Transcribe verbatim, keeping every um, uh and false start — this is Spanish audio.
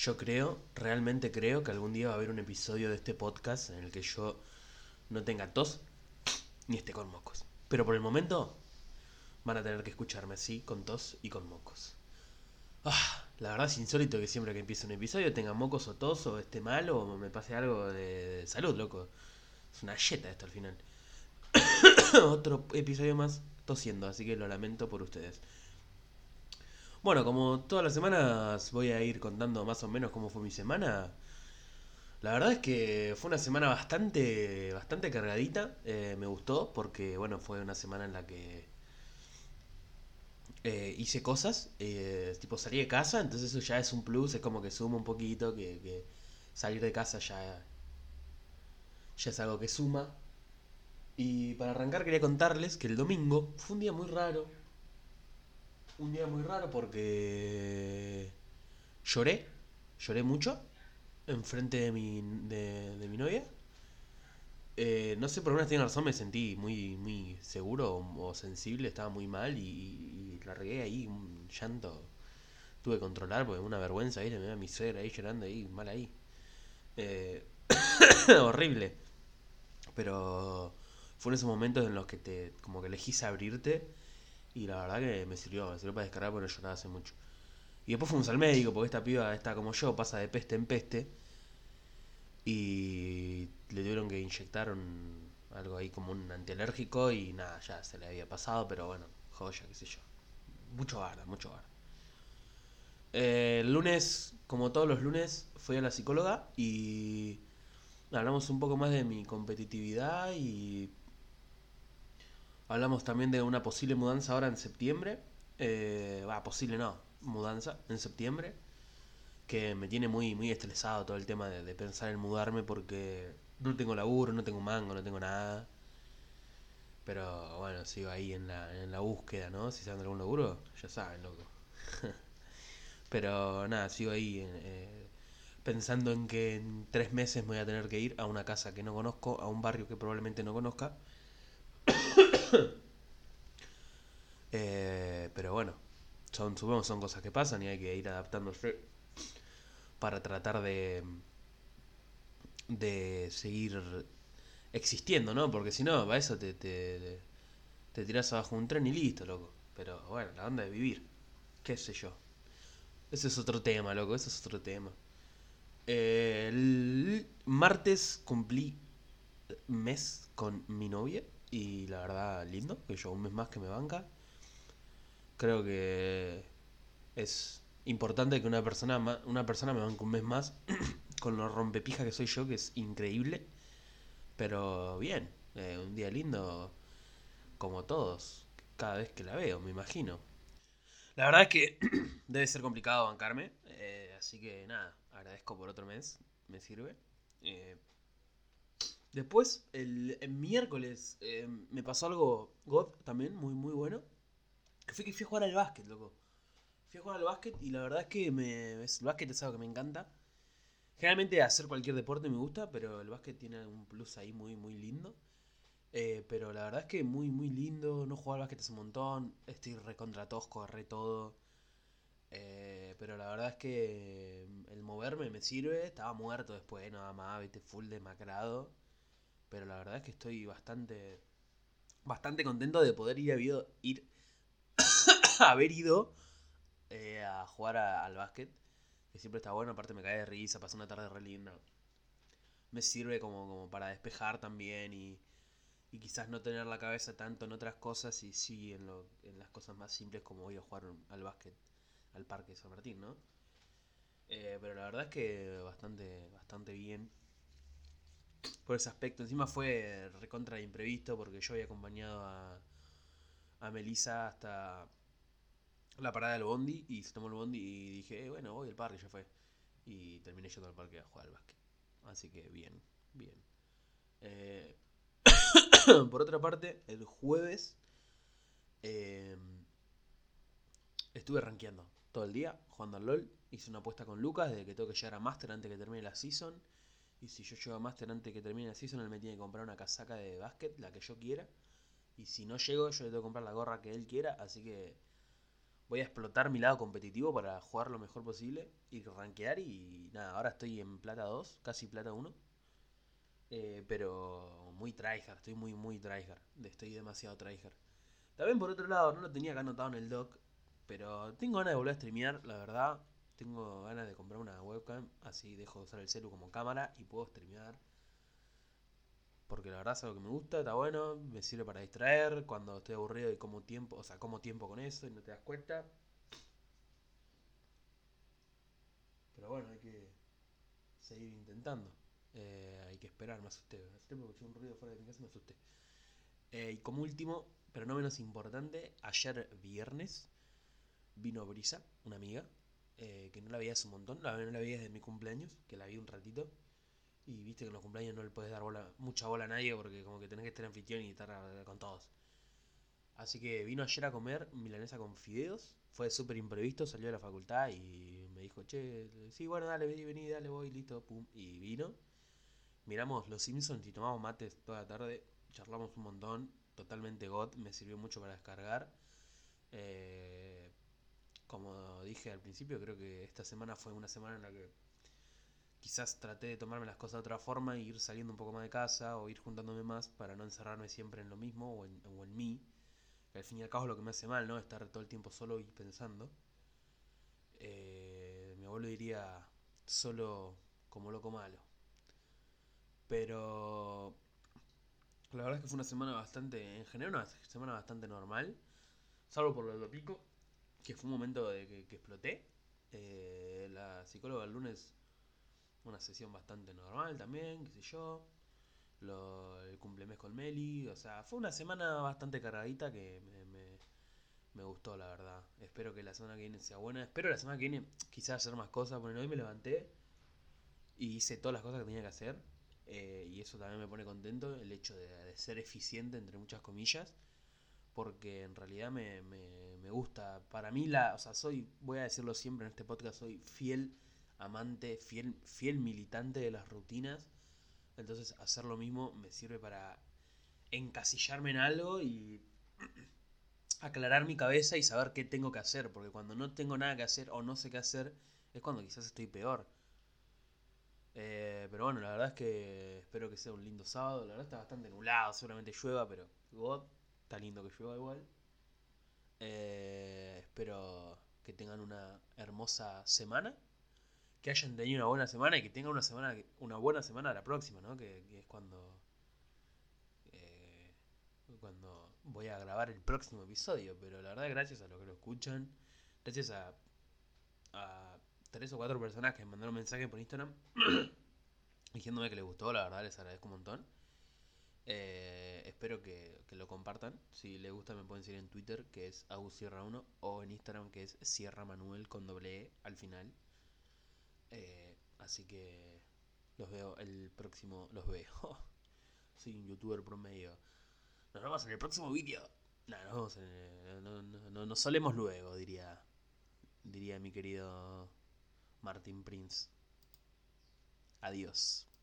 Yo creo, realmente creo que algún día va a haber un episodio de este podcast en el que yo no tenga tos ni esté con mocos. Pero por el momento van a tener que escucharme así, con tos y con mocos. Ah, la verdad es insólito que siempre que empiece un episodio tenga mocos o tos o esté mal o me pase algo de, de salud, loco. Es una yeta esto al final. Otro episodio más tosiendo, así que lo lamento por ustedes. Bueno, como todas las semanas voy a ir contando más o menos cómo fue mi semana. La verdad es que fue una semana bastante, bastante cargadita. Eh, me gustó porque, bueno, fue una semana en la que eh, hice cosas. Eh, tipo, salí de casa, entonces eso ya es un plus. Es como que suma un poquito, que, que salir de casa ya, ya es algo que suma. Y para arrancar quería contarles que el domingo fue un día muy raro. Un día muy raro porque lloré. Lloré mucho enfrente de mi, de, de mi novia. Eh, no sé, por una extraña razón me sentí muy, muy seguro o, o sensible, estaba muy mal y, y la regué ahí, un llanto. Tuve que controlar porque una vergüenza, ¿viste? Me da mi suegra ahí llorando ahí, mal ahí. Eh, horrible. Pero fue en esos momentos en los que te, como que elegís abrirte y la verdad que me sirvió, me sirvió para descargar porque no lloraba hace mucho. Y después fuimos al médico porque esta piba está como yo, pasa de peste en peste y le tuvieron que inyectar un, algo ahí como un antialérgico y nada, ya se le había pasado, pero bueno, joya, qué sé yo. Mucho barda, mucho barda. Eh, el lunes, como todos los lunes, fui a la psicóloga y hablamos un poco más de mi competitividad y hablamos también de una posible mudanza ahora en septiembre. Eh, va, posible no, mudanza en septiembre. Que me tiene muy, muy estresado todo el tema de, de pensar en mudarme porque no tengo laburo, no tengo mango, no tengo nada. Pero bueno, sigo ahí en la, en la búsqueda, ¿no? Si saben de algún laburo, ya saben, loco. Pero nada, sigo ahí eh, pensando en que en tres meses me voy a tener que ir a una casa que no conozco, a un barrio que probablemente no conozca. Eh, pero bueno, son, supongo que son cosas que pasan y hay que ir adaptándose para tratar de, de seguir existiendo, ¿no? Porque si no, para eso te, te, te tirás abajo de un tren y listo, loco. Pero bueno, la onda de vivir, qué sé yo. Ese es otro tema, loco, ese es otro tema. Eh, el martes cumplí mes con mi novia y la verdad lindo, que yo un mes más que me banca. Creo que es importante que una persona, una persona me banque un mes más con lo rompepija que soy yo, que es increíble. Pero bien, eh, un día lindo como todos, cada vez que la veo, me imagino. La verdad es que debe ser complicado bancarme, eh, así que nada, agradezco por otro mes, me sirve. Eh, Después, el, el miércoles, eh, me pasó algo God también, muy muy bueno. Que fue que fui a jugar al básquet, loco. Fui a jugar al básquet y la verdad es que me, es, el básquet es algo que me encanta. Generalmente hacer cualquier deporte me gusta, pero el básquet tiene un plus ahí muy muy lindo. Eh, pero la verdad es que muy muy lindo, no jugar al básquet hace un montón, estoy recontra tosco, re todo. Eh, pero la verdad es que el moverme me sirve, estaba muerto después, nada más, viste, full demacrado. Pero la verdad es que estoy bastante bastante contento de poder ir, habido, ir haber ido eh, a jugar a- al básquet. Que siempre está bueno, aparte me cae de risa, pasé una tarde re linda. Me sirve como, como para despejar también y, y quizás no tener la cabeza tanto en otras cosas y sí en, lo, en las cosas más simples como voy a jugar al básquet al Parque de San Martín, ¿no? Eh, pero la verdad es que bastante, bastante bien por ese aspecto. Encima fue recontra imprevisto porque yo había acompañado a, a Melissa hasta la parada del bondi y se tomó el bondi y dije, eh, bueno, voy al parque, ya fue. Y terminé yendo al parque a jugar al básquet. Así que bien, bien. Eh, por otra parte, el jueves eh, estuve rankeando todo el día, jugando al LOL. Hice una apuesta con Lucas de que tengo que llegar a Master antes que termine la season. Y si yo llego a Master antes que termine la season, él me tiene que comprar una casaca de básquet, la que yo quiera. Y si no llego, yo le tengo que comprar la gorra que él quiera. Así que Voy a explotar mi lado competitivo para jugar lo mejor posible y rankear y nada, ahora estoy en plata dos, casi plata uno. Eh, pero muy tryhard, estoy muy muy tryhard, estoy demasiado tryhard. También por otro lado, no lo tenía acá anotado en el doc, pero tengo ganas de volver a streamear, la verdad. Tengo ganas de comprar una webcam, así dejo de usar el celu como cámara y puedo streamear. Porque la verdad es algo que me gusta, está bueno, me sirve para distraer cuando estoy aburrido y como tiempo, o sea, como tiempo con eso y no te das cuenta. Pero bueno, hay que seguir intentando. Eh, hay que esperar, me asusté. Me asusté porque escuché un ruido fuera de mi casa y me asusté. Eh, y como último, pero no menos importante, ayer viernes vino Brisa, una amiga, eh, que no la veía hace un montón, la, no la veía desde mi cumpleaños, que la vi un ratito. Y viste que en los cumpleaños no le puedes dar bola, mucha bola a nadie porque como que tenés que estar anfitrión y estar eh, con todos. Así que vino ayer a comer milanesa con fideos. Fue súper imprevisto, salió de la facultad y me dijo, che, sí, bueno, dale, vení, vení, dale, voy, listo, pum. Y vino. Miramos Los Simpsons y tomamos mates toda la tarde. Charlamos un montón. Totalmente got, me sirvió mucho para descargar. Eh, como dije al principio, creo que esta semana fue una semana en la que quizás traté de tomarme las cosas de otra forma e ir saliendo un poco más de casa o ir juntándome más para no encerrarme siempre en lo mismo o en, o en mí. Que al fin y al cabo es lo que me hace mal, ¿no? Estar todo el tiempo solo y pensando. Eh, mi abuelo diría solo como loco malo. Pero la verdad es que fue una semana bastante, en general una semana bastante normal. Salvo por lo de lo pico, que fue un momento de que, que exploté. Eh, la psicóloga el lunes, una sesión bastante normal también, qué sé yo. Lo, el cumplemes con Meli, o sea, fue una semana bastante cargadita que me, me, me gustó, la verdad. Espero que la semana que viene sea buena. Espero la semana que viene quizás hacer más cosas. Bueno, hoy me levanté y hice todas las cosas que tenía que hacer. Eh, y eso también me pone contento, el hecho de, de ser eficiente, entre muchas comillas. Porque en realidad me, me, me gusta. Para mí, la, o sea, soy, voy a decirlo siempre en este podcast, soy fiel amante, fiel, fiel militante de las rutinas. Entonces hacer lo mismo me sirve para encasillarme en algo y aclarar mi cabeza y saber qué tengo que hacer. Porque cuando no tengo nada que hacer o no sé qué hacer, es cuando quizás estoy peor. Eh, pero bueno, la verdad es que espero que sea un lindo sábado. La verdad está bastante nublado, seguramente llueva, pero God, está lindo que llueva igual. Eh, espero que tengan una hermosa semana. Que hayan tenido una buena semana y que tengan una semana una buena semana la próxima, ¿no? Que, que es cuando eh, cuando voy a grabar el próximo episodio. Pero la verdad, gracias a los que lo escuchan, gracias a, a tres o cuatro personas que me mandaron mensajes por Instagram diciéndome que les gustó, la verdad les agradezco un montón. Eh, espero que, que, lo compartan. Si les gusta me pueden seguir en Twitter, que es agusierra uno, o en Instagram, que es Sierra Manuel con doble E al final. Eh, así que los veo el próximo. Los veo. Soy un youtuber promedio. Nos vemos en el próximo vídeo. No, nos vemos en el- no, no, no, nos solemos luego, diría. Diría mi querido Martin Prince. Adiós.